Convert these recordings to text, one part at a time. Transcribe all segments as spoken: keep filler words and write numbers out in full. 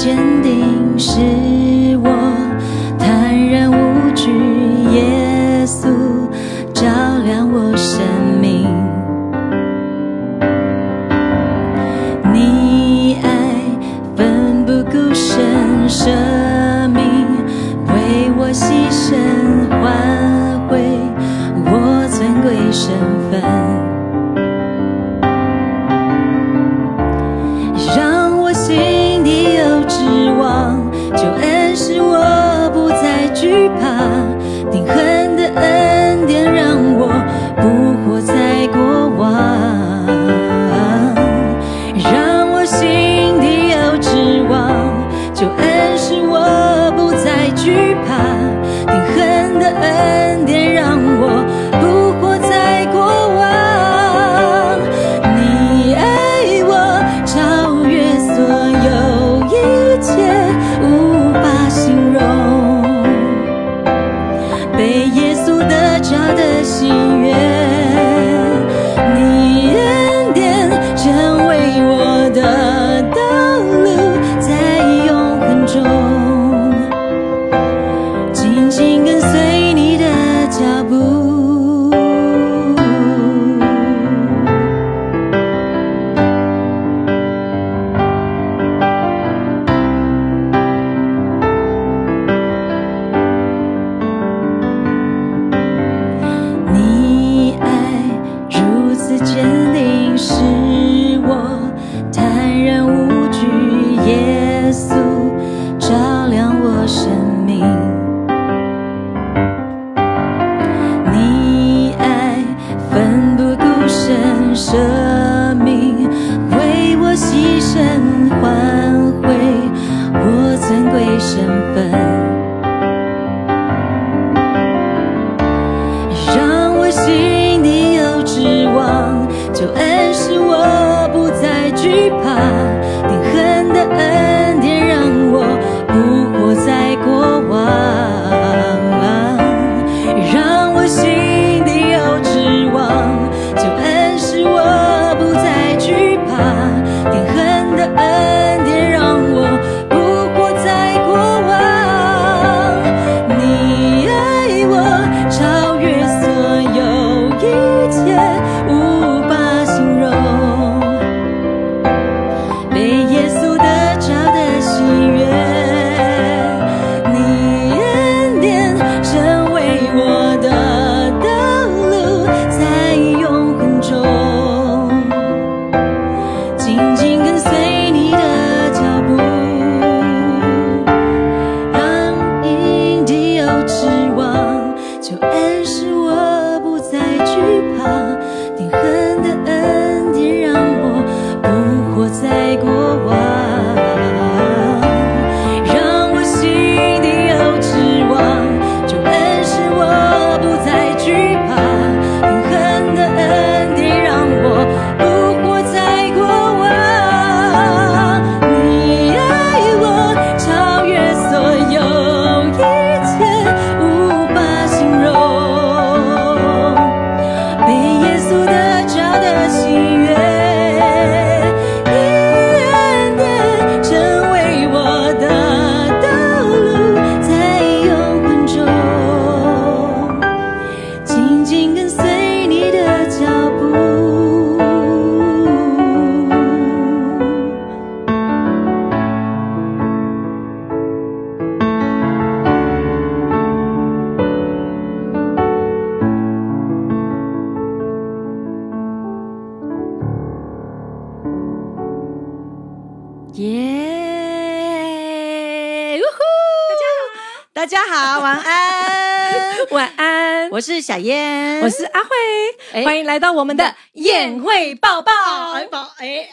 坚定，使我坦然无惧。耶稣照亮我生命，你爱奋不顾身，舍命为我牺牲，换回我尊贵身份，让我心底有指望。救恩使我不再惧怕，定恒的恩典让我不活在过往，让我心底有指望。救恩使我不再惧怕，定恒的恩典让我不活在过往。你爱我超越所有一切，无法形容，被耶稣得着的喜悦，你恩典成为我的道路，在永恒中紧紧跟随你的脚步。你爱如此坚定，使我坦然无惧。耶稣照亮我生命，你爱奋不顾身，舍命为我牺牲，换回我尊贵身份，让我心底有指望。救恩使我不再惧怕，定恒的恩典让我不活在过往，让我心底有指望。救恩使我不再惧怕，定恒的恩典让我不活在过往。你爱我超越所有一切，无法形容，被耶稣得着的喜悦，你恩典成为我的道路，在永恒中紧紧跟随你的脚步，让心底有指望。救恩使我不再惧怕，定恒的恩典让我不活在过往，让我心底有指望。救恩使我不再惧怕，定恒的恩典让我不活在过往。你爱我超越所有一切，无法形容，被耶稣得着的喜悦，你恩典成为我的道路，在永恒中紧紧跟随你的脚步。耶！呜呼！大家好，晚安， 晚安， 我是小燕， 我是阿慧， 哎欢迎来到我们的宴会抱抱。 哎宝哎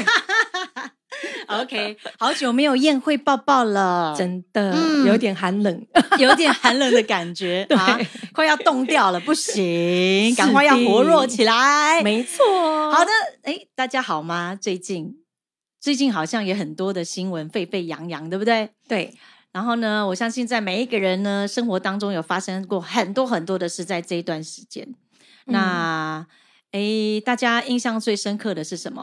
，OK， 好久没有宴会抱抱了， 真的、 嗯有点寒冷， 有点寒冷的感觉， 对啊，快要冻掉了，不行， 是的赶快要活络起来。 没错。 好的，哎，大家好吗？最近最近好像也很多的新闻沸沸扬扬，对不对？ 对， 然后呢，我相信在每一个人呢生活当中有发生过很多很多的事，在这一段时间。 嗯那哎，大家印象最深刻的是什么？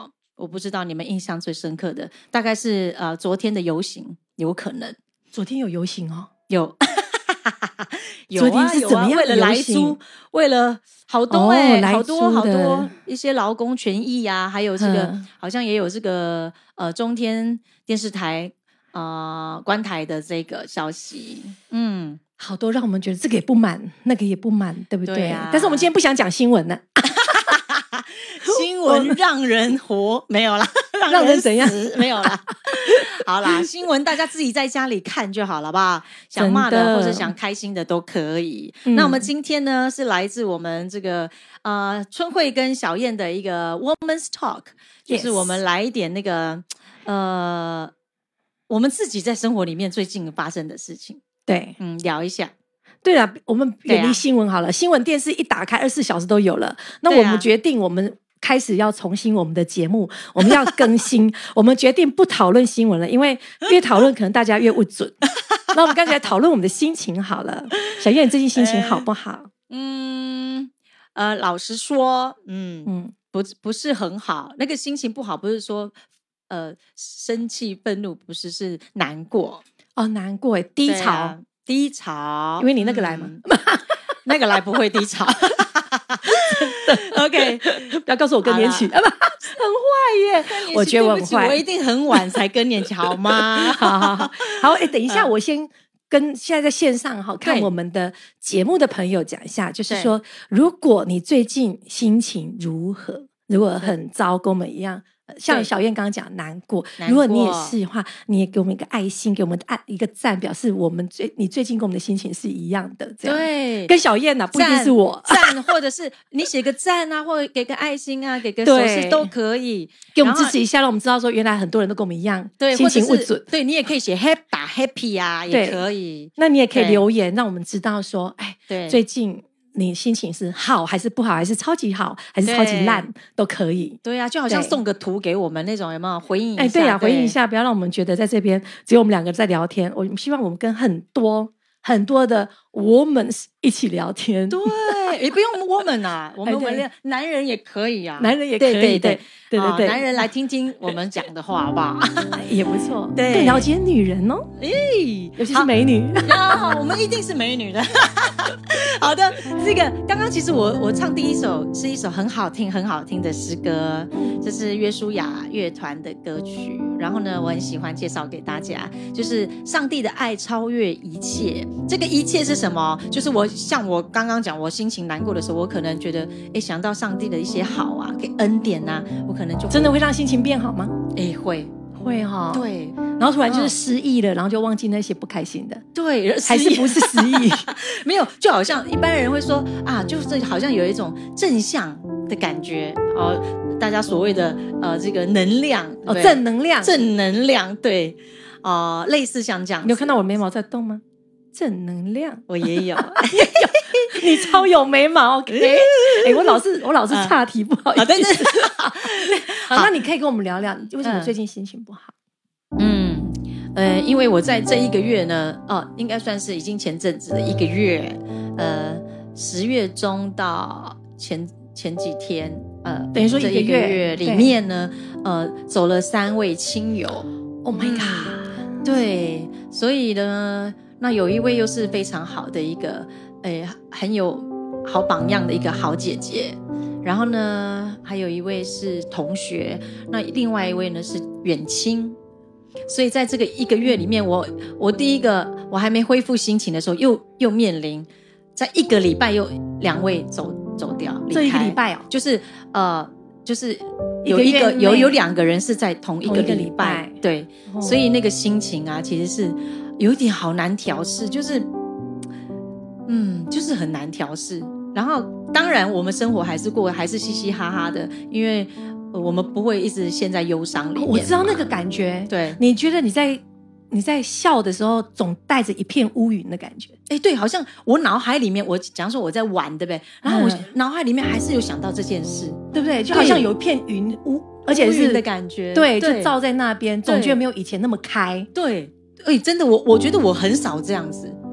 我不知道你们印象最深刻的，大概是呃昨天的游行，有可能昨天有游行哦， 有。有昨天啊是怎么样的有啊，为了莱游行猪，为了好多哎、欸哦好多好莱猪的多一些劳工权益啊，还有这个、 嗯好像也有这个呃中天电视台呃关台的这个消息，嗯， 好多让我们觉得这个也不满，那个也不满，对不对？ 对啊但是我们今天不想讲新闻呢， 新闻让人活没有啦， 让人怎样死没有啦。好啦，新闻大家自己在家里看就好了，好不好？想骂真的的或者想开心的都可以。 嗯那我们今天呢是来自我们这个呃春慧跟小燕的一个 Woman's Talk， 就是我们来一点那个呃我们自己在生活里面最近发生的事情， 对。 嗯，聊一下。 对了，我们远离对啊新闻好了，新闻电视一打开，二十四小时都有了。那对啊我们决定，我们开始要重新我们的节目，我们要更新。我们决定不讨论新闻了，因为越讨论可能大家越不准。那我们刚才讨论我们的心情好了。小燕，你最近心情好不好？ 嗯，呃，老实说，嗯嗯， 不不是很好。那个心情不好，不是说呃生气、愤怒，不是是难过、 哦，难过耶，低潮， 对啊低潮。 因为你那个来嘛， 嗯那个来不会低潮。OK， 不要告诉我更年期，啊不，很坏耶。我觉得我很坏， 我一定很晚才更年期，好吗？ 好好好，好，哎，等一下，我先跟现在在线上哈看对我们的节目的朋友讲一下，就是说，如果你最近心情如何，如果很糟，跟我们一样。像对小燕刚刚讲难过， 难如果你也过是的话，你也给我们一个爱心，给我们按一个赞，表示我们最你最近跟我们的心情是一样的。这样对， 跟小燕呐、啊，不一定是我赞，或者是你写个赞啊，或者给个爱心啊，给个手势对都可以， 给我们然后支持一下，让我们知道说，原来很多人都跟我们一样， 对， 心情或者是不准。 对你也可以写 happy 打 happy 啊，也对可以。 那你也可以对留言，让我们知道说，哎， 对， 最近你心情是好还是不好，还是超级好，还是超级烂，都可以。 对啊，就好像对送个图给我们那种，有没有回应一下？ 哎，对呀、啊，回应一下，不要让我们觉得在这边只有我们两个在聊天。我希望我们跟很多很多的 women 一起聊天。 对，也不用 woman 啊，我们哎对我们男人也可以啊， 男人也可以， 对对对对对对， 啊男人来听听我们讲的话，好不好？ 也不错， 对更了解女人哦， 哎， 尤其是美女。 呀，我们一定是美女的。好的，这个刚刚其实我我唱第一首是一首很好听很好听的诗歌，这是约书亚乐团的歌曲。然后呢，我很喜欢介绍给大家，就是上帝的爱超越一切。这个一切是什么？就是我像我刚刚讲，我心情难过的时候，我可能觉得，哎，想到上帝的一些好啊，给恩典啊，我可能就真的会让心情变好吗？ 哎会会哈、哦， 对， 然后突然就是失忆了，然后就忘记那些不开心的， 对， 还是不是失忆？ 没有，就好像一般人会说啊，就是好像有一种正向的感觉哦，大家所谓的呃这个能量哦， 对正能量， 正能量，对，呃，类似像这样子， 你有看到我眉毛在动吗？正能量， 我也有， 你超有眉毛 ，OK？哎、我老是我老是岔题，不好意思。 啊对对好，那你可以跟我们聊聊，为什么最近心情不好？ 嗯，呃，因为我在这一个月呢，哦，应该算是已经前阵子的一个月，呃，十月中到前前几天，呃， 等于说一个这一个月月里面呢，呃，走了三位亲友。 Oh my god！、 嗯对，所以呢，那有一位又是非常好的一个，诶，很有好榜样的一个好姐姐。然后呢，还有一位是同学，那另外一位呢是远亲。所以在这个一个月里面，我我第一个我还没恢复心情的时候，又又面临在一个礼拜又两位走走掉离开。 这一个礼拜哦， 就是呃，就是有一个一个月内有有两个人是在同一个同一个礼拜， 礼拜对， 哦所以那个心情啊，其实是有一点好难调试，就是嗯，就是很难调试。然后当然我们生活还是过还是嘻嘻哈哈的，因为我们不会一直陷在忧伤里面。 我知道那个感觉。 对， 你觉得你在你在笑的时候，总带着一片乌云的感觉。 哎，对，好像我脑海里面，我假如说我在玩，对不对？然后我脑海里面还是有想到这件事， 对不对？就好像有一片云乌，而且是乌云的感觉， 对，就照在那边，总对觉得没有以前那么开。 对，哎，真的，我我觉得我很少这样子。 对，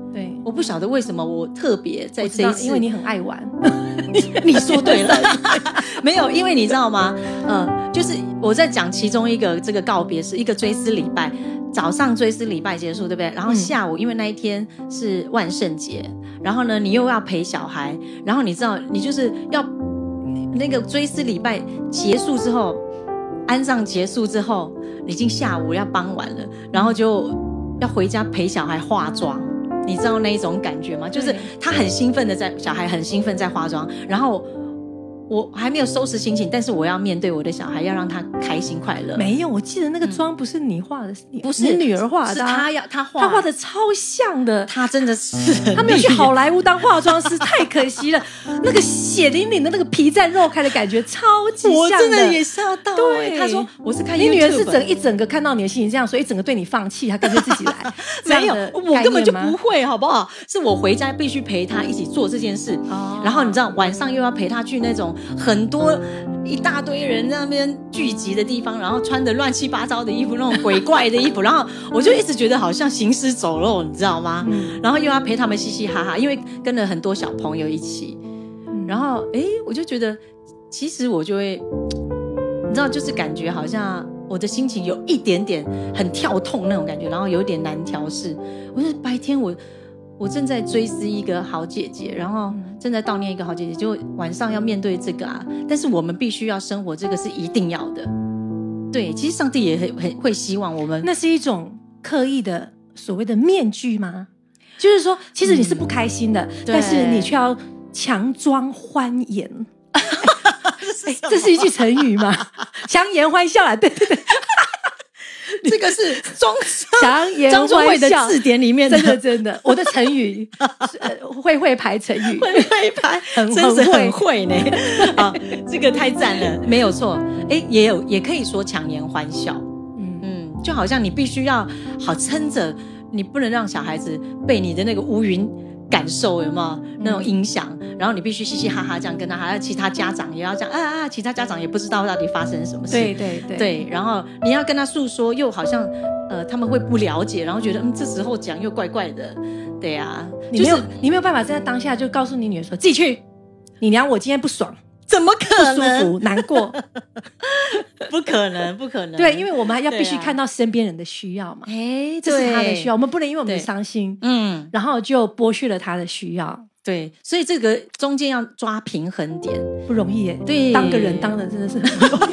我不晓得为什么我特别在这一次， 因为你很爱玩。 你说对了，没有，因为你知道吗？呃，就是我在讲其中一个这个告别是一个追思礼拜，早上追思礼拜结束，对不对？然后下午，因为那一天是万圣节，然后呢，你又要陪小孩，然后你知道，你就是要那个追思礼拜结束之后，安葬结束之后，已经下午要傍晚了，然后就要回家陪小孩化妆。你知道那一种感觉吗？就是他很兴奋的在，小孩很兴奋在化妆，然后我还没有收拾心情，但是我要面对我的小孩，要让他开心快乐。 没有，我记得那个妆不是你画的，嗯、 不是你女儿画的、啊， 是他要他画， 他画的超像的， 他真的是， 他没有去好莱坞当化妆师，太可惜了。那个血淋淋的那个皮绽肉开的感觉，超级像的。 我真的也吓到、欸。 对， 他说我是看 YouTube， 你女儿是整一整个看到你的心情这样，所以整个对你放弃，她干脆自己来。 没有，我根本就不会，好不好？是我回家必须陪她一起做这件事，哦、然后你知道晚上又要陪她去那种很多。一大堆人在那边聚集的地方，然后穿的乱七八糟的衣服，那种鬼怪的衣服，然后我就一直觉得好像行尸走肉，你知道吗？嗯、然后又要陪他们嘻嘻哈哈，因为跟了很多小朋友一起，嗯、然后哎，我就觉得其实我就会，你知道，就是感觉好像我的心情有一点点很跳痛那种感觉，然后有点难调试。我是白天我。我正在追思一个好姐姐，然后正在悼念一个好姐姐，就晚上要面对这个啊。但是我们必须要生活，这个是一定要的。对，其实上帝也很很会希望我们。 那是一种刻意的所谓的面具吗？就是说，其实你是不开心的，嗯、但是你却要强装欢颜。欸、这是一句成语吗？强颜欢笑啦，对对对。 这个是庄强颜张忠惠的字典里面的， 真的真的，我的成语呃会会排成语， 会会排， 很真是很会呢。啊，这个太赞了，没有错。哎，也有也可以说强颜欢笑，嗯嗯，就好像你必须要好撑着，你不能让小孩子被你的那个乌云感受有没有那种影响？嗯、然后你必须嘻嘻哈哈这样跟他，还有其他家长也要这样啊啊，其他家长也不知道到底发生什么事， 对对对对，然后你要跟他诉说，又好像呃他们会不了解，然后觉得嗯这时候讲又怪怪的，对啊， 你没有、就是、你没有办法在当下就告诉你女儿说自己去，你娘我今天不爽。 怎么可能？ 不舒服、难过， 不可能，不可能。 对，因为我们还要必须看到身边人的需要嘛。 哎、啊， 这是他的需要，我们不能因为我们的伤心，嗯，然后就剥削了他的需要。 对，所以这个中间要抓平衡点， 不容易耶。 对， 当个人当的真的是很不容易。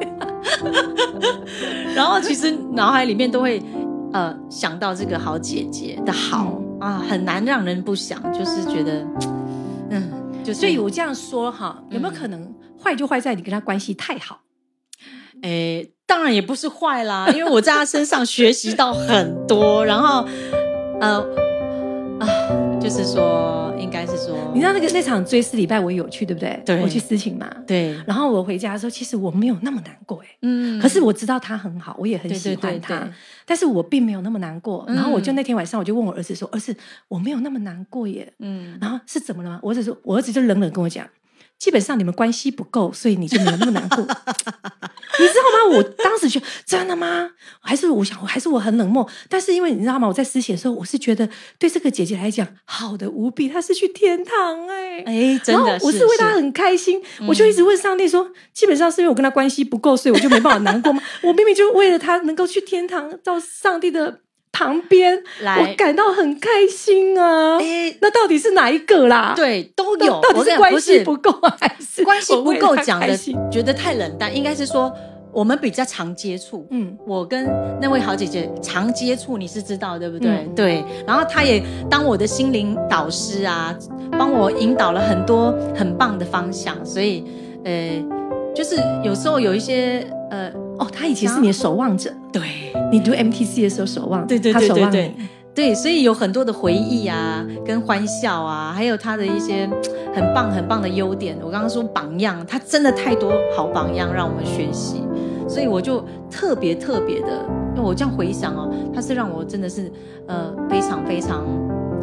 然后其实脑海里面都会呃想到这个好姐姐的好、嗯、啊，很难让人不想，就是觉得嗯。 所以我这样说哈，有没有可能坏就坏在你跟他关系太好？ 哎、嗯，当然也不是坏啦，因为我在他身上学习到很多，然后呃啊，就是说，应该是说， 你知道那个那场追思礼拜我有去，对不对？ 对， 我去思琴嘛， 对。 然后我回家的时候，其实我没有那么难过，哎，嗯。可是我知道他很好，我也很喜欢他，对对对对，但是我并没有那么难过。然后我就那天晚上我就问我儿子说：“儿子，我没有那么难过耶。”嗯。然后是怎么了吗？我儿子说，我儿子就冷冷跟我讲。基本上你们关系不够，所以你就没有那么难过，你知道吗？我当时觉得真的吗？还是我想，还是我很冷漠？但是因为你知道吗？我在思写的时候，我是觉得对这个姐姐来讲好的无比，她是去天堂哎、欸、 哎，真的， 我是为她很开心，我就一直问上帝说，嗯、基本上是因为我跟她关系不够，所以我就没办法难过吗？我明明就为了她能够去天堂，到上帝的旁边，我感到很开心啊！欸、那到底是哪一个啦？ 对，都有。 到底是关系不够，还是关系不够讲的觉得太冷淡？应该是说我们比较常接触。嗯，我跟那位好姐姐常接触，你是知道对不对？嗯、对。然后她也当我的心灵导师啊，帮我引导了很多很棒的方向。所以，呃，就是有时候有一些呃。 哦，他以前是你的守望者， 对， 你读 M T C 的时候守望， 对对对对对， 他守望你， 对，所以有很多的回忆啊，跟欢笑啊，还有他的一些很棒很棒的优点。我刚刚说榜样，他真的太多好榜样让我们学习，所以我就特别特别的，因为我这样回想哦，他是让我真的是呃非常非常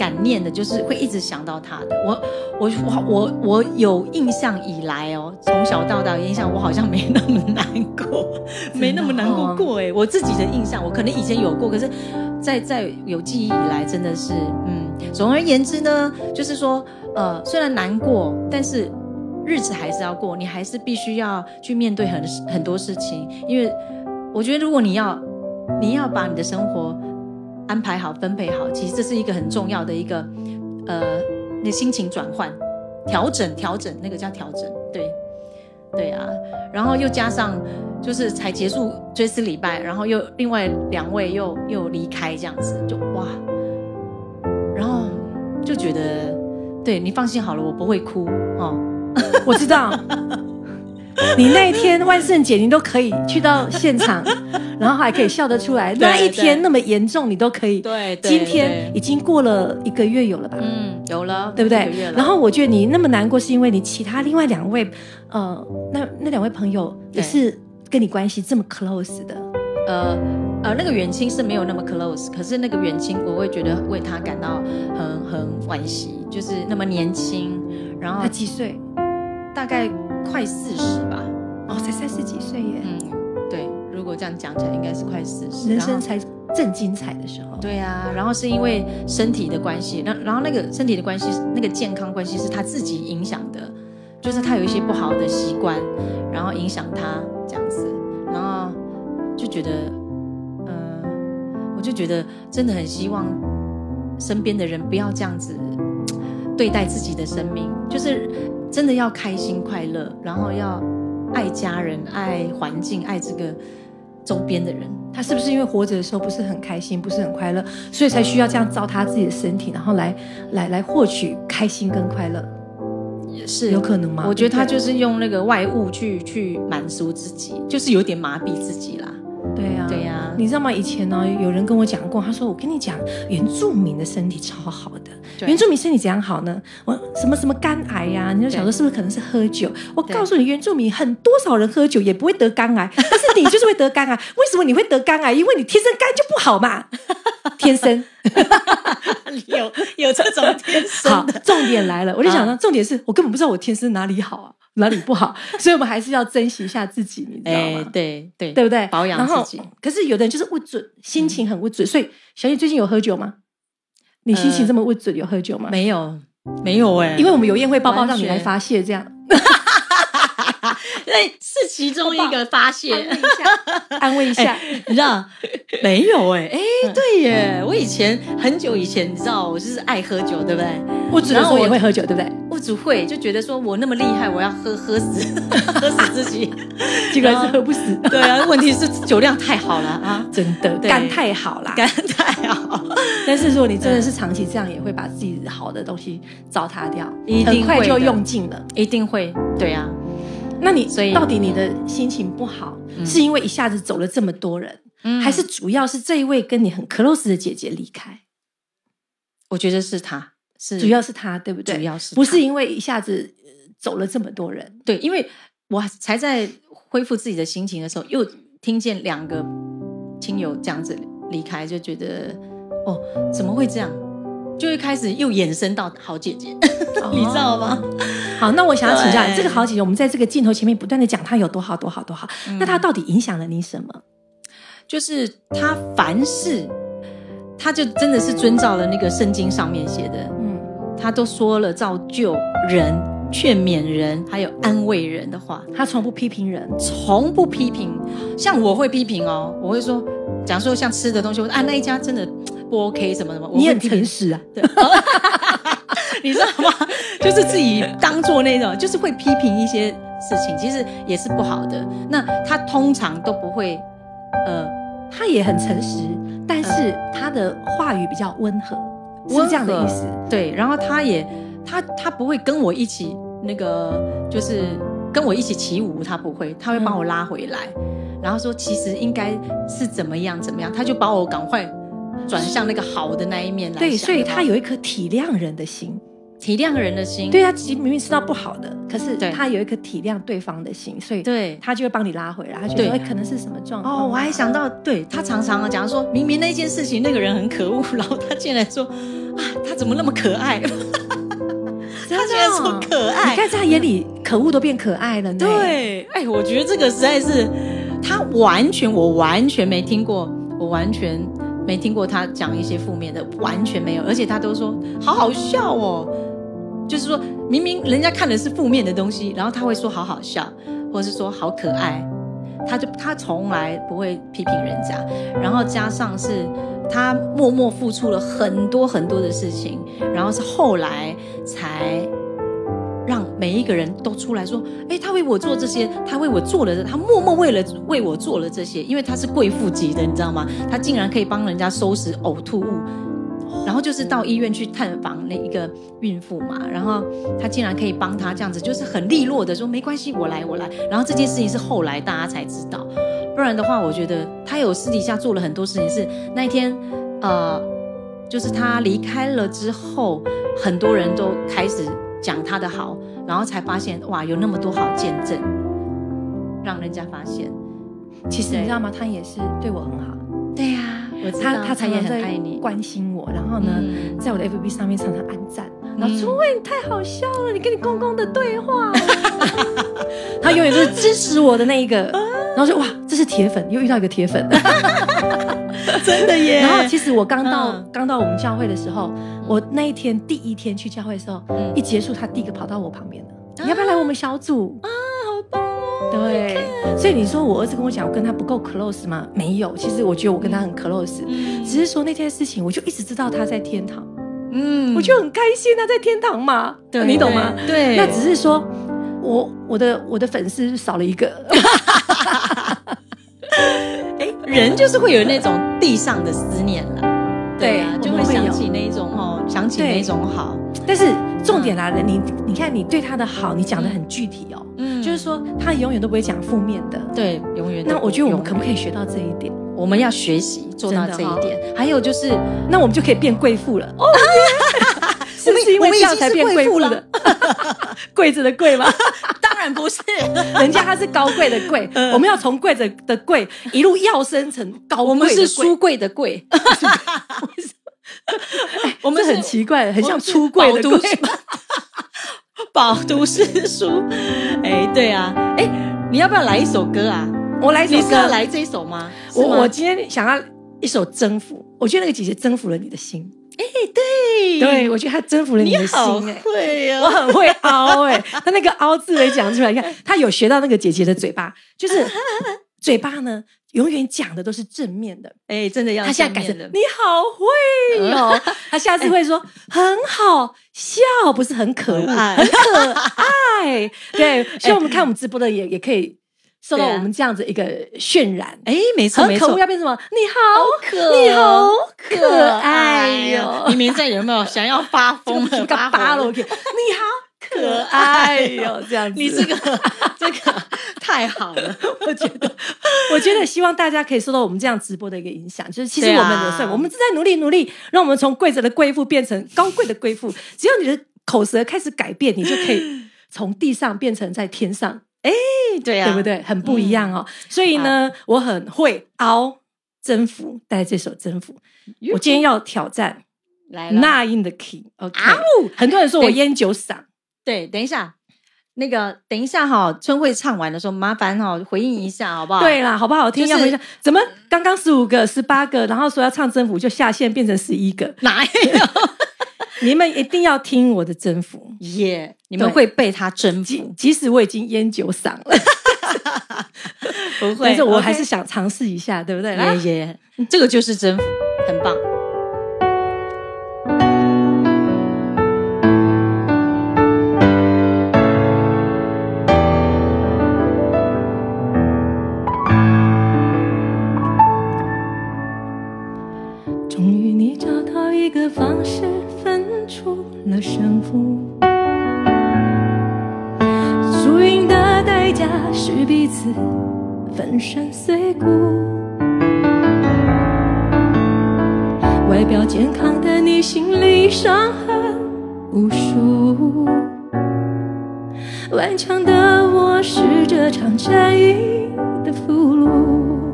感念的，就是会一直想到他的。我我我我我有印象以来哦，从小到大有印象，我好像没那么难过，没那么难过过哎。我自己的印象，我可能以前有过，可是在在有记忆以来，真的是嗯。总而言之呢，就是说呃，虽然难过，但是日子还是要过，你还是必须要去面对很很多事情，因为我觉得如果你要你要把你的生活安排好分配好，其实这是一个很重要的一个呃，你心情转换调整调整那个叫调整，对对啊，然后又加上就是才结束追思礼拜，然后又另外两位又又离开这样子，就哇，然后就觉得对你放心好了，我不会哭哦， 我知道。你那一天万圣节你都可以去到现场，然后还可以笑得出来。那一天那么严重你都可以。 对， 今天已经过了一个月有了吧？ 嗯，有了， 对不对？然后我觉得你那么难过，是因为你其他另外两位，呃，那那两位朋友也是跟你关系这么 close 的。 呃呃，那个远亲是没有那么 close， 可是那个远亲我会觉得为他感到很很惋惜，就是那么年轻，然后他几岁？ 大概快四十吧。 哦，才三十几岁耶。 嗯，对，如果这样讲起来，应该是快四十， 人生才正精彩的时候。 对啊，然后是因为身体的关系，那然后那个身体的关系，那个健康关系是他自己影响的，就是他有一些不好的习惯，然后影响他这样子，然后就觉得，嗯、呃，我就觉得真的很希望身边的人不要这样子对待自己的生命，就是真的要开心快乐，然后要爱家人、爱环境、爱这个周边的人。 他是不是因为活着的时候不是很开心，不是很快乐，所以才需要这样糟蹋自己的身体，然后来来来获取开心跟快乐？ 也是有可能吗？ 我觉得他就是用那个外物去去满足自己，就是有点麻痹自己啦。 对呀、啊， 对呀、啊， 你知道吗？以前呢，有人跟我讲过，他说：“我跟你讲，原住民的身体超好的。原住民身体怎样好呢？我什么什么肝癌呀、啊？你就想说是不是可能是喝酒？我告诉你，原住民很多少人喝酒也不会得肝癌，但是你就是会得肝癌。为什么你会得肝癌？因为你天生肝就不好嘛，天生。 有有这种天生的。 好，重点来了，我就想说，重点是我根本不知道我天生哪里好啊。”哪里不好，所以我们还是要珍惜一下自己，你知道吗？ 欸、对对对不对？ 保养自己。 可是有的人就是不准，心情很不准、嗯、所以小姐最近有喝酒吗？你心情这么不准、呃、有喝酒吗？ 没有，没有哎、欸， 因为我们有宴会包包让你来发泄，这样。 对，是其中一个发泄， 安慰一下， 欸、你知道？没有哎、欸，哎、欸，对耶、嗯，我以前很久以前，你知道，我就是爱喝酒，对不对？ 我主的时候也会喝酒，对不对？ 我主会就觉得说我那么厉害，我要喝喝死，喝死自己， 结果还是喝不死。 对啊，问题是酒量太好了啊， 真的，肝太好啦， 肝太好。 但是如果你真的是长期这样，也会把自己好的东西糟蹋掉， 一定会很快就用尽了， 一定会。对啊。 那你所以到底你的心情不好、嗯、是因为一下子走了这么多人、嗯、还是主要是这一位跟你很 close 的姐姐离开？ 我觉得是她，是主要是她，对不对？ 主要是不是因为一下子走了这么多人？ 对，因为我才在恢复自己的心情的时候，又听见两个亲友这样子离开，就觉得哦，怎么会这样？就会开始又衍生到好姐姐，哦、你知道吗？ 好，那我想要请教你，这个好姐姐，我们在这个镜头前面不断的讲她有多好多好多好、嗯，那她到底影响了你什么？ 就是她凡事，她就真的是遵照了那个圣经上面写的，嗯，她都说了造就人、劝勉人，还有安慰人的话， 她从不批评人， 从不批评。像我会批评哦，我会说，假如说像吃的东西，我说啊那一家真的不 OK 什么什么， 你很诚实啊， 对。你知道吗？就是自己当做那种，就是会批评一些事情，其实也是不好的。那他通常都不会，呃， 他也很诚实，但是他的话语比较温和，是这样的意思。 对，然后他也他他不会跟我一起那个，就是跟我一起起舞，他不会，他会帮我拉回来，嗯、然后说其实应该是怎么样怎么样，他就把我赶快转向那个好的那一面来。 对，所以他有一颗体谅人的心。 体谅人的心， 对，他其实明明知道不好的，可是他有一颗体谅对方的心，所以对他就会帮你拉回来。他觉得、哎、可能是什么状况、啊、 哦，我还想到，对他常常啊讲说，明明那件事情那个人很可恶，然后他竟然说啊，他怎么那么可爱？他竟然说可爱， 你看在他眼里可恶都变可爱了呢。 对，哎，我觉得这个实在是他完全我完全没听过，我完全没听过他讲一些负面的，完全没有，而且他都说好好笑哦，就是说明明人家看的是负面的东西，然后他会说好好笑，或者是说好可爱，他就他从来不会批评人家，然后加上是他默默付出了很多很多的事情，然后是后来才让每一个人都出来说，哎，他为我做这些，他为我做了，他默默为了为我做了这些，因为他是贵妇级的，你知道吗？他竟然可以帮人家收拾呕吐物，然后就是到医院去探访那一个孕妇嘛，然后他竟然可以帮他这样子，就是很利落的说没关系，我来我来。然后这件事情是后来大家才知道，不然的话，我觉得他有私底下做了很多事情。是那一天，呃，就是他离开了之后，很多人都开始讲他的好，然后才发现哇，有那么多好见证，让人家发现。 其实你知道吗？他也是对我很好。 对呀、啊，我知道他他常常在爱你， 关心我，然后呢，嗯、在我的 F B 上面常常按赞，然后说：“喂、嗯，你太好笑了，你跟你公公的对话。”他永远都是支持我的那一个，然后说：“哇，这是铁粉，又遇到一个铁粉。” 真的耶！ 然后其实我刚到、嗯、刚到我们教会的时候，我那一天第一天去教会的时候，嗯、一结束，他第一个跑到我旁边了。啊、你要不要来我们小组啊？好棒哦！ 对，所以你说我儿子跟我讲，我跟他不够 close 吗？没有，其实我觉得我跟他很 close，、嗯、只是说那件事情，我就一直知道他在天堂，嗯，我就很开心他在天堂嘛，对，你懂吗？ 对， 那只是说我我的我的粉丝少了一个。 哎，人就是会有那种地上的思念了，对啊，就会想起那一种哦，想起那种好。 但是重点来了，你你看你对他的好，你讲得很具体哦，嗯，就是说他永远都不会讲负面的， 对，永远。 那我觉得我们可不可以学到这一点？ 我们要学习做到这一点。哦、还有就是， 那我们就可以变贵妇了。哦，是不是因为这样才变贵妇了？柜子的柜吗？ 当然不是， 人家他是高贵的贵，嗯、我们要从柜子的柜一路要升成高贵的贵。 我们是书柜的柜。 我们很奇怪，很像出柜的柜。 饱读诗书。哎，对啊，哎，你要不要来一首歌啊？ 我来一首歌， 你是要来这一首吗？ 我我今天想要一首征服，我觉得那个姐姐征服了你的心。 哎，对对，我觉得她征服了你的心。 你好会哦， 我很会凹哎，她那个凹字没讲出来，你看她有学到那个姐姐的嘴巴，就是嘴巴呢永远讲的都是正面的。 哎，真的要。 她现在改成你好会哦，她下次会说很好笑，不是很可恶，很可爱。对，所以我们看我们直播的也也可以。受到我们这样子一个渲染， 哎，没错没错， 可恶要变什么？你好可，你好可爱哟！ 明明在有没有想要发疯了？ 发发了，你好可爱哟！这样子， 你这个这个太好了， 我觉得，我觉得希望大家可以受到我们这样直播的一个影响，就是其实我们的算，我们正在努力努力，让我们从贵族的贵妇变成高贵的贵妇。只要你的口舌开始改变，你就可以从地上变成在天上。 哎，对啊， 对不对？很不一样哦。嗯、所以呢，我很会凹征服，带来这首征服。我今天要挑战来那英的 key。OK，、哦、很多人说我烟酒嗓。 对，等一下，那个等一下哈、哦，春慧唱完的时候，麻烦哈、哦、回应一下好不好？ 对啦，好不好听？就是、要回应一下。怎么刚刚十五个、十八个，然后说要唱征服就下线变成十一个？ 哪有？ 你们一定要听我的征服耶！ Yeah, 你们会被他征服， 即, 即使我已经烟酒嗓了， 不会， 但是我还是想尝试一下， okay. 对不对？ 耶耶，这个就是征服，很棒。 终于你找到一个方式分出了胜负，输赢的代价是彼此粉身碎骨，外表健康的你心里伤痕无数，顽强的我是这场战役的俘虏，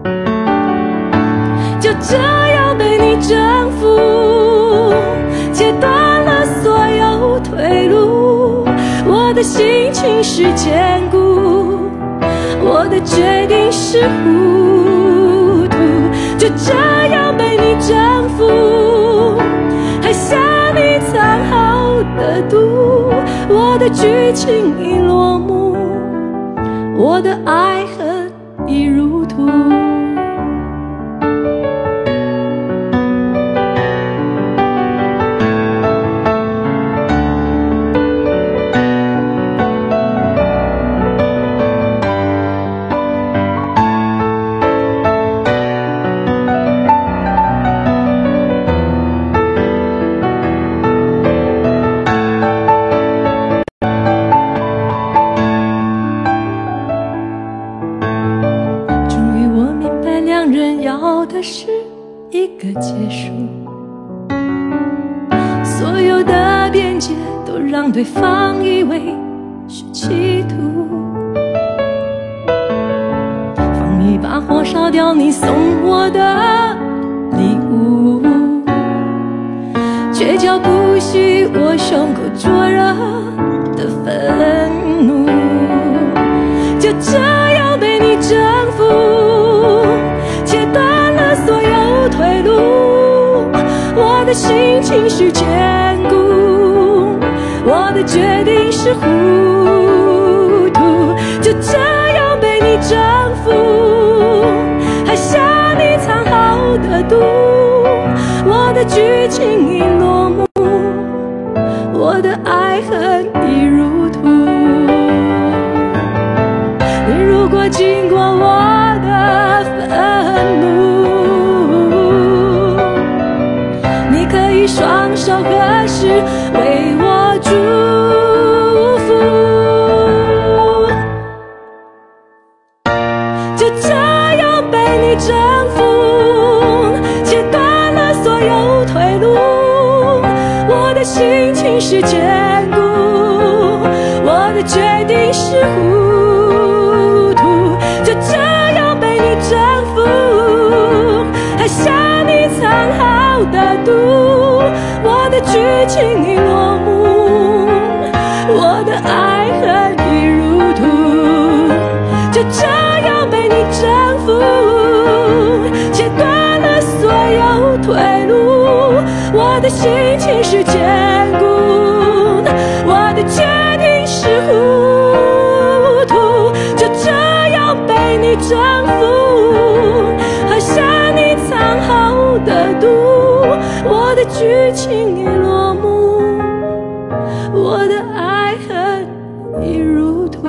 就这样被你征服，解的心情是坚固，我的决定是糊涂，就这样被你征服，还向你藏好的毒。我的剧情已落幕，我的爱恨已入土。是一个结束，所有的边界都让对方以为是企图，放一把火烧掉你送我的礼物，倔强不许我胸口灼热的愤怒，就这样被你征服，切断所有退路。我的心情是坚固，我的决定是糊涂，就这样被你征服，还向你藏好的毒。我的剧情已落幕，我的爱恨已入土。你如果经过我的愤怒，双手合十为我祝福，就这样被你征服，切断了所有退路。我的心情是坚固，我的决定是糊涂，就这样被你征服，还向你藏好的毒。我的剧情已落幕，我的爱恨已入土，就这样被你征服，切断了所有退路。我的心情是坚固，我的决定是糊涂，就这样被你征服，还向你藏好的毒。我的剧情已落幕，我的爱恨已入土。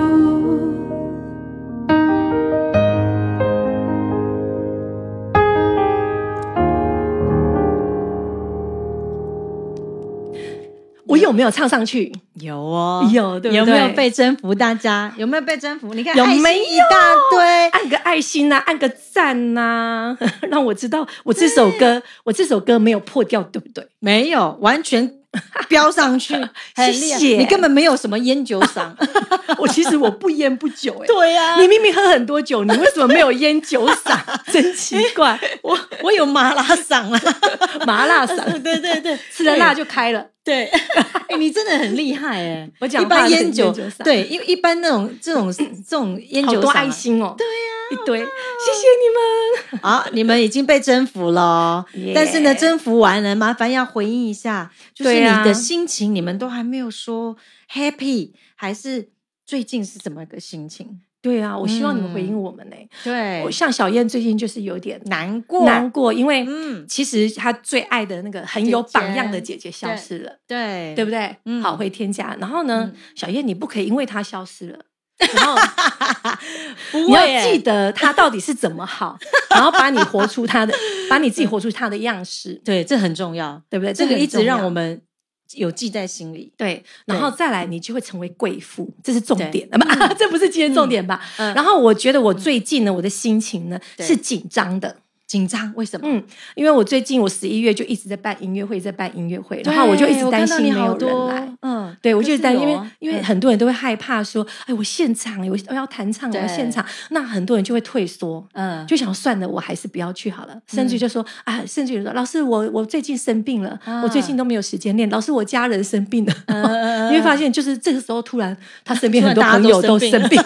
我有没有唱上去？ 有哦， 有，对不对？ 有没有被征服？大家有没有被征服？你看， 有没有爱心一大堆？ 按个爱心呐、啊，按个赞呐、啊，让我知道我这首歌，我这首歌没有破掉，对不对？ 没有，完全飙上去， 谢谢。 你根本没有什么烟酒嗓。 我其实我不烟不酒、欸，哎， 对呀、啊， 你明明喝很多酒，你为什么没有烟酒嗓？真奇怪。 我我有麻辣嗓啊， 麻辣嗓， 对对对， 吃了辣就开了。 对，哎，你真的很厉害哎！ 我讲一般烟酒， 酒对，因为一般那种这种这种烟酒， 好多爱心哦， 对呀、 啊，一堆，谢谢你们。 好，你们已经被征服了， yeah. 但是呢，征服完了，麻烦要回应一下，就是你的心情，你们都还没有说 happy， 还是最近是怎么个心情？ 对啊，我希望你们回应我们呢、欸嗯。 对， 我像小燕最近就是有点难过， 难过，因为嗯， 其实她最爱的那个很有榜样的姐姐消失了， 对， 对不对？嗯、好，回天家。然后呢，嗯、小燕你不可以因为她消失了，然后你要记得她到底是怎么好，然后把你活出她的，把你自己活出她的样式。 对，这很重要， 对不对？ 这个一直让我们有记在心里， 对，然后再来你就会成为贵妇，这是重点，嗯、这不是今天重点吧、嗯嗯？然后我觉得我最近呢，我的心情呢是紧张的， 紧张，为什么？ 嗯，因为我最近我十一月就一直在办音乐会，在办音乐会，然后我就一直担心没有人来。 嗯， 对，我就担心，因为、 嗯、 因为很多人都会害怕说，哎，我现场，我我要弹唱，我要现场，那很多人就会退缩，嗯，就想算了，我还是不要去好了，甚至就说、嗯、啊，甚至有说，老师，我我最近生病了、啊，我最近都没有时间练，老师，我家人生病了，嗯、你会发现，就是这个时候突然他身边很多朋友都生病。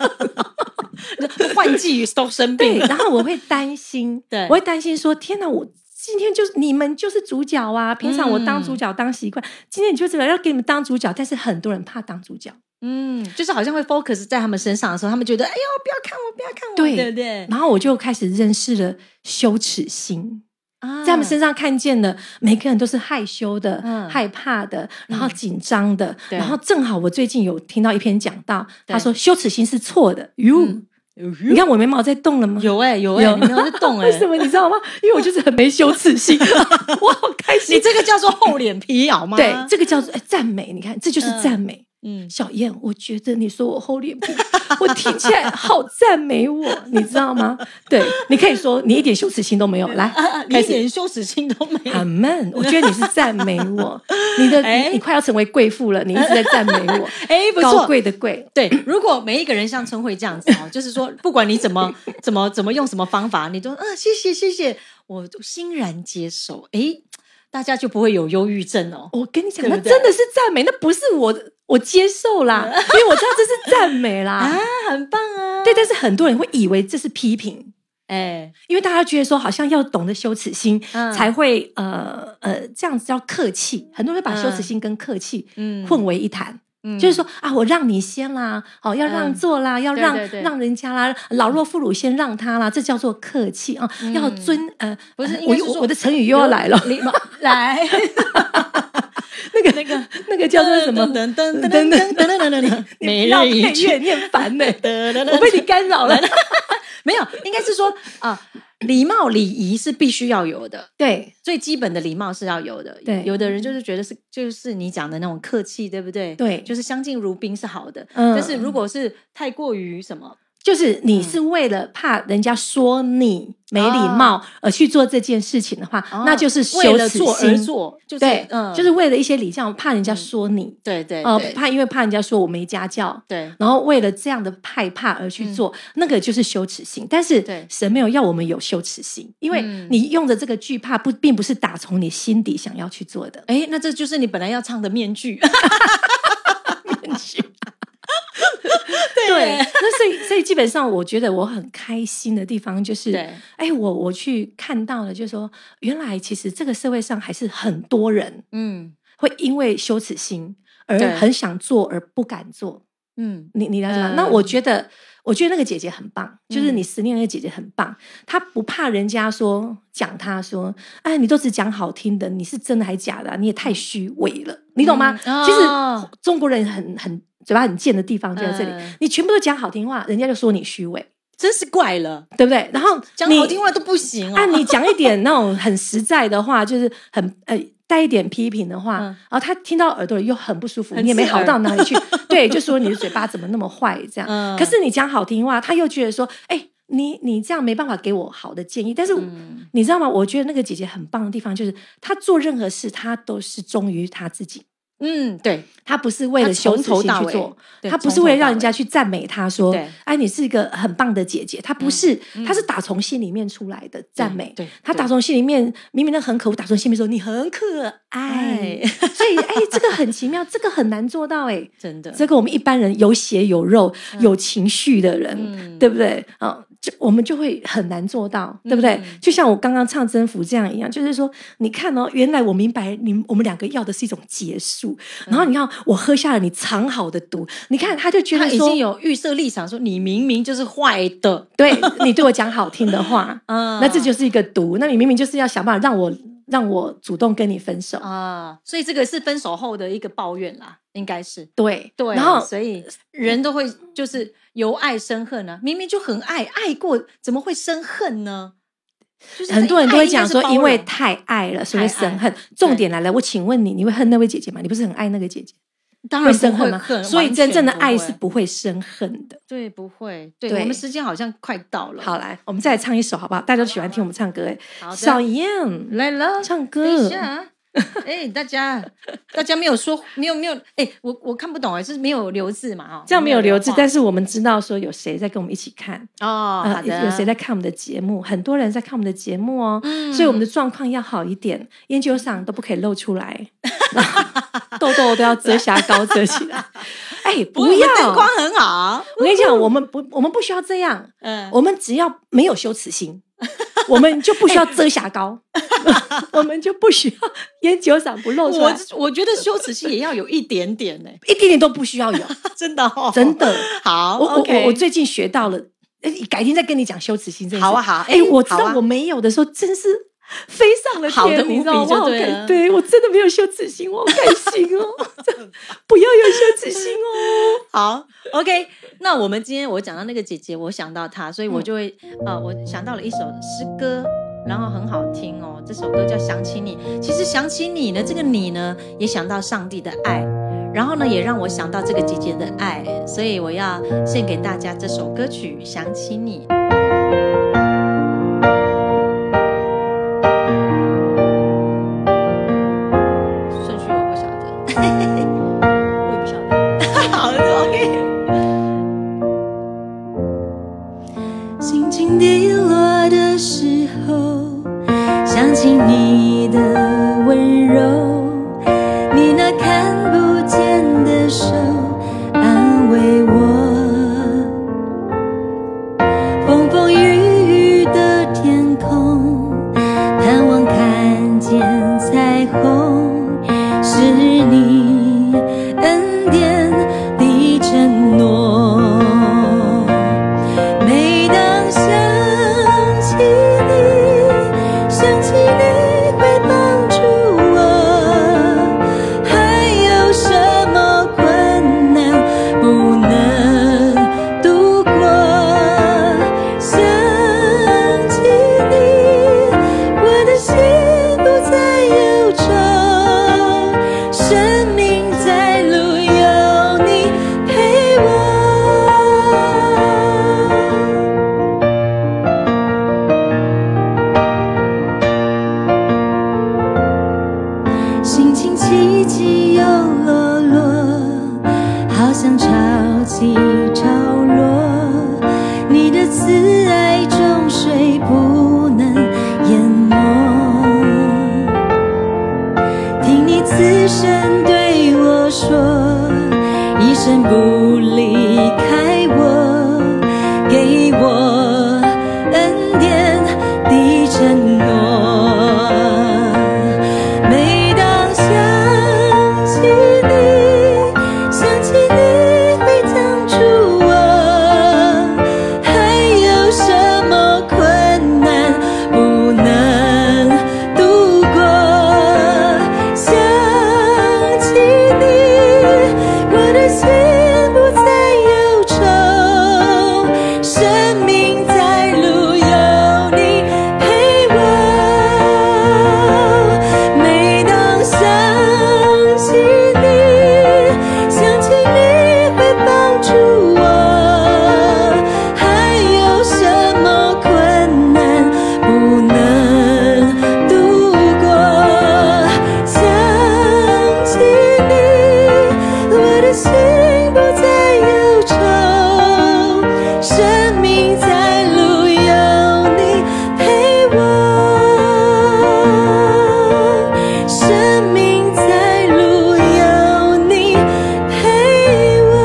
换季都生病， 对，然后我会担心，对，我会担心说，天哪，我今天就是你们就是主角啊！平常我当主角当习惯，嗯、今天你就这个要给你们当主角，但是很多人怕当主角， 嗯，就是好像会 focus 在他们身上的时候，他们觉得，哎呦，不要看我，不要看我， 对对对。 然后我就开始认识了羞耻心。啊、在他们身上看见了每个人都是害羞的、嗯、害怕的，然后紧张的、嗯、然后正好我最近有听到一篇讲道，他说羞耻心是错的。哟、嗯，你看我眉毛在动了吗？ 有哎、欸、有哎、欸，你眉毛在动哎、欸， 为什么你知道吗？因为我就是很没羞耻心，我好开心。 你这个叫做厚脸皮好吗？ 对，这个叫做哎赞美。你看，这就是赞美。嗯，小燕，我觉得你说我厚脸皮，我听起来好赞美我，你知道吗？对，你可以说你一点羞耻心都没有，来， 啊啊、你一点羞耻心都没有。 阿们，我觉得你是赞美我，你的、欸、你, 你快要成为贵妇了，你一直在赞美我， 哎，不错， 高贵的贵。 对，如果每一个人像春慧这样子哦，就是说，不管你怎么怎么怎么用什么方法，你都嗯，谢谢谢谢，我都欣然接受。哎。大家就不会有忧郁症哦。 我跟你讲，那真的是赞美，那不是我我接受啦，因为我知道这是赞美啦， 啊，很棒啊。 对，但是很多人会以为这是批评，哎、欸，因为大家觉得说好像要懂得羞耻心、嗯、才会呃呃这样子叫客气，很多人会把羞耻心跟客气混为一谈。嗯，就是说啊，我让你先啦，哦，要让座啦，嗯、要让对对对让人家啦，老弱妇孺先让他啦，这叫做客气啊、嗯，要尊呃， 不是， 我我我的成语又要来了， 礼貌来， 那个那个那个叫做什么？ 噔噔噔噔噔噔噔噔噔， 每日一句，你很烦呢、欸，我被你干扰了。 没有，应该是说啊，礼貌礼仪是必须要有的， 对， 最基本的礼貌是要有的。 对， 有的人就是觉得是就是你讲的那种客气，对不对？ 对， 就是相敬如宾是好的。嗯，但是如果是太过于什么， 就是你是为了怕人家说你没礼貌而去做这件事情的话，哦、那就是羞耻心。为了做而做，就是、 对、嗯，就是为了一些礼教，怕人家说你，嗯、 对对， 呃，怕因为怕人家说我没家教， 对， 然后为了这样的害怕而去做，嗯、那个就是羞耻心。但是神没有要我们有羞耻心，因为你用的这个惧怕不，并不是打从你心底想要去做的。 哎，那这就是你本来要唱的面具， 面具。对，那所以所以基本上，我觉得我很开心的地方就是，哎，我我去看到了，就是说，原来其实这个社会上还是很多人，嗯，会因为羞耻心而很想做而不敢做，嗯，你你了解吗？嗯、那我觉得，我觉得那个姐姐很棒，就是你十年那个姐姐很棒，她不怕人家说讲她说，哎，你都只讲好听的，你是真的还假的、啊？你也太虚伪了，你懂吗？嗯哦、其实中国人很很。嘴巴很贱的地方就在这里、嗯，你全部都讲好听话，人家就说你虚伪， 真是怪了， 对不对？然后讲好听话都不行、哦， 啊，你讲一点那种很实在的话，就是很呃带一点批评的话，嗯、然后他听到耳朵里又很不舒服，你也没好到哪里去，对，就说你的嘴巴怎么那么坏这样。嗯、可是你讲好听话，他又觉得说，哎，你你这样没办法给我好的建议。但是、嗯、你知道吗？我觉得那个姐姐很棒的地方就是，她做任何事，她都是忠于她自己。 嗯，对， 他不是为了羞耻心去做，他不是为了让人家去赞美他说，哎，你是一个很棒的姐姐。他不是，嗯、他是打从心里面出来的赞美。 对，对他打从心里面，明明那很可恶，打从心里面说你很可爱。哎、所以，哎，这个很奇妙，这个很难做到、欸，哎， 真的。 这个我们一般人有血有肉、嗯、有情绪的人，嗯、对不对？啊、哦。就我们就会很难做到，对不对？嗯、就像我刚刚唱征服这样一样，就是说，你看哦，原来我明白你我们两个要的是一种结束。嗯、然后你看，我喝下了你藏好的毒，你看他就觉得说， 他已经有预设立场，说你明明就是坏的， 对你对我讲好听的话，嗯，那这就是一个毒。那你明明就是要想办法让我让我主动跟你分手啊，所以这个是分手后的一个抱怨啦，应该是对对。然后所以人都会就是由爱生恨啊，明明就很爱，爱过怎么会生恨呢？就是很多人都会讲说，因为太爱了，所以生恨。重点来了，我请问你，你会恨那位姐姐吗？你不是很爱那个姐姐？ 当然会生恨吗？ 恨所以真正的爱是不会生恨的。 对，不会。对， 对我们时间好像快到了。 好，来，我们再来唱一首好不好？大家都喜欢听我们唱歌哎。 好的， 小燕来了， 唱歌。 等一下，哎，大家，大家没有说，没有没有，哎，我我看不懂哎，是没有留字嘛？哦， 这样没有留字，但是是我们知道说有谁在跟我们一起看哦， 呃好的， 有谁在看我们的节目，很多人在看我们的节目哦， 嗯所以我们的状况要好一点，烟酒嗓都不可以露出来，痘痘都要遮瑕膏遮起来。哎，不我要， 灯光很好， 我跟你讲，我们不，我们不需要这样， 嗯， 我们只要没有羞耻心，我们就不需要遮瑕膏，我们就不需要烟酒嗓不露出来， 我我觉得羞耻心也要有一点点呢， 一点点都不需要有， 真的哦， 真的。 好， 我我 OK 我我最近学到了，哎，改天再跟你讲羞耻心这件事。 好啊好哎，我知好啊道我没有的时候，真是飞上了天， 好的你知道吗？ 无比就我好对了开对我真的没有羞耻心，我好开心哦！不要有羞耻心哦。 好 ，OK。那我们今天我讲到那个姐姐，我想到她，所以我就会、嗯、呃，我想到了一首诗歌，然后很好听哦。这首歌叫《想起你》。其实想起你呢，这个你呢，也想到上帝的爱，然后呢，也让我想到这个姐姐的爱，所以我要献给大家这首歌曲《想起你》。顺序我不晓得，我也不晓得。好的 ，OK。 心情低落的时候，想起你的温柔，你那看不见的手安慰我。风风雨雨的天空，盼望看见彩虹，是你恩典的承诺。每当想起你，想起你会帮助我，还有什么困难不能度过？想起你，我的心不再忧愁，生命在路有你陪我。心情起起又落落，好像潮起潮落，你的慈爱中水不能淹没。听你此生对我说，一生不离开我，给我恩典的承诺。每当想起你，想起你会帮助我，还有什么困难不能度过？想起你，我的心不再忧愁，生命在路有你陪我。每当想起你，想起你会帮助我，还有什么困难不能度过？想起你，我的心不再忧愁，生命在路有你陪我，生命在路有你陪我。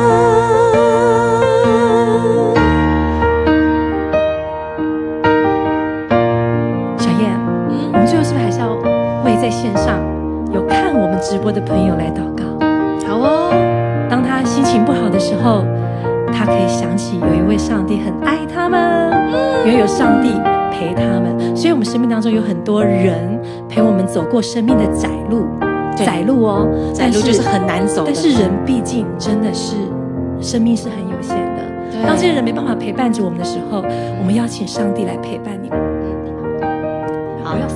小燕，我们最后是不是还是要为在线上有看我们直播的朋友来祷告？ 好哦， 当他心情不好的时候，他可以想起有一位上帝很爱他们，也有上帝陪他们。所以，我们生命当中有很多人陪我们走过生命的窄路， 对窄路哦， 窄路就是很难走的但是人毕竟真的是生命是很有限的。 对当这些人没办法陪伴着我们的时候，我们邀请上帝来陪伴你们。 好我要私情。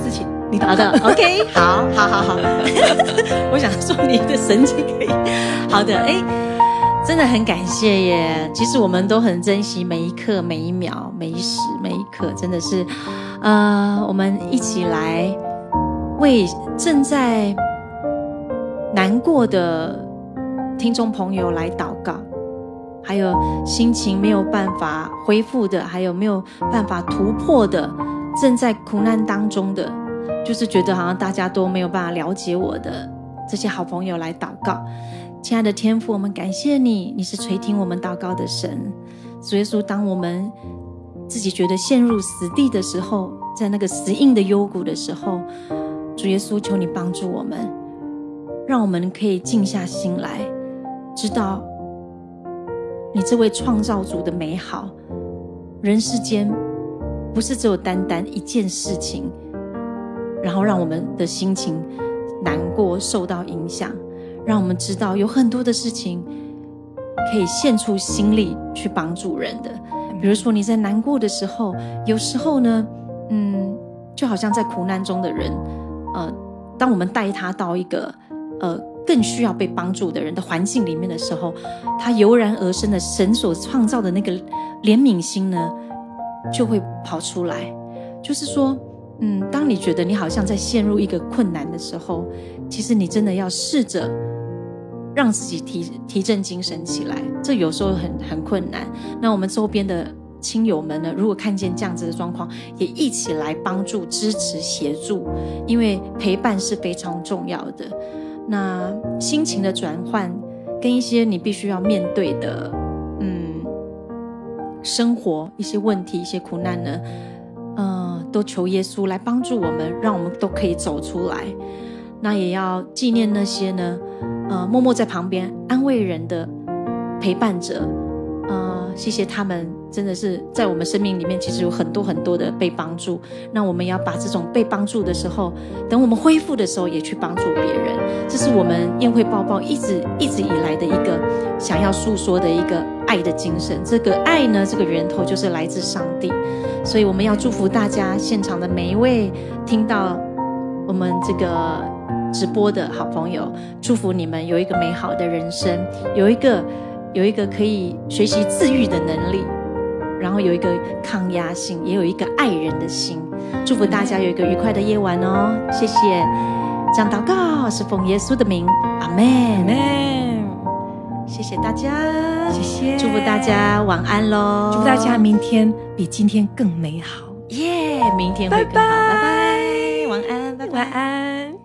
你好的 OK 好好好好我想说你的神经可以好的哎，真的很感谢耶，其实我们都很珍惜每一刻每一秒每一时每一刻，真的是呃，我们一起来为正在难过的听众朋友来祷告，还有心情没有办法恢复的，还有没有办法突破的，正在苦难当中的，就是觉得好像大家都没有办法了解我的这些好朋友来祷告。亲爱的天父，我们感谢你，你是垂听我们祷告的神。主耶稣，当我们自己觉得陷入死地的时候，在那个死硬的幽谷的时候，主耶稣，求你帮助我们，让我们可以静下心来，知道你这位创造主的美好。人世间不是只有单单一件事情，然后让我们的心情难过受到影响，让我们知道有很多的事情可以献出心力去帮助人的。比如说你在难过的时候，有时候呢嗯，就好像在苦难中的人呃，当我们带他到一个呃更需要被帮助的人的环境里面的时候，他油然而生的神所创造的那个怜悯心呢就会跑出来。就是说嗯，当你觉得你好像在陷入一个困难的时候，其实你真的要试着让自己提提振精神起来，这有时候很很困难。那我们周边的亲友们呢，如果看见这样子的状况，也一起来帮助支持协助，因为陪伴是非常重要的。那心情的转换跟一些你必须要面对的嗯生活一些问题一些苦难呢呃，都求耶稣来帮助我们，让我们都可以走出来。那也要纪念那些呢呃，默默在旁边安慰人的陪伴者，呃，谢谢他们，真的是在我们生命里面其实有很多很多的被帮助。那我们也要把这种被帮助的时候，等我们恢复的时候也去帮助别人。这是我们宴会抱抱一直一直以来的一个想要诉说的一个爱的精神。这个爱呢，这个源头就是来自上帝，所以我们要祝福大家现场的每一位听到我们这个直播的好朋友，祝福你们有一个美好的人生，有一个有一个可以学习自愈的能力，然后有一个抗压性，也有一个爱人的心。祝福大家有一个愉快的夜晚哦，谢谢。这样祷告是奉耶稣的名，阿们，阿们。谢谢大家， 谢谢， 祝福大家晚安咯， 祝福大家明天比今天更美好， 耶、yeah, 明天会更好，拜拜，拜拜，晚安，拜拜， 晚安。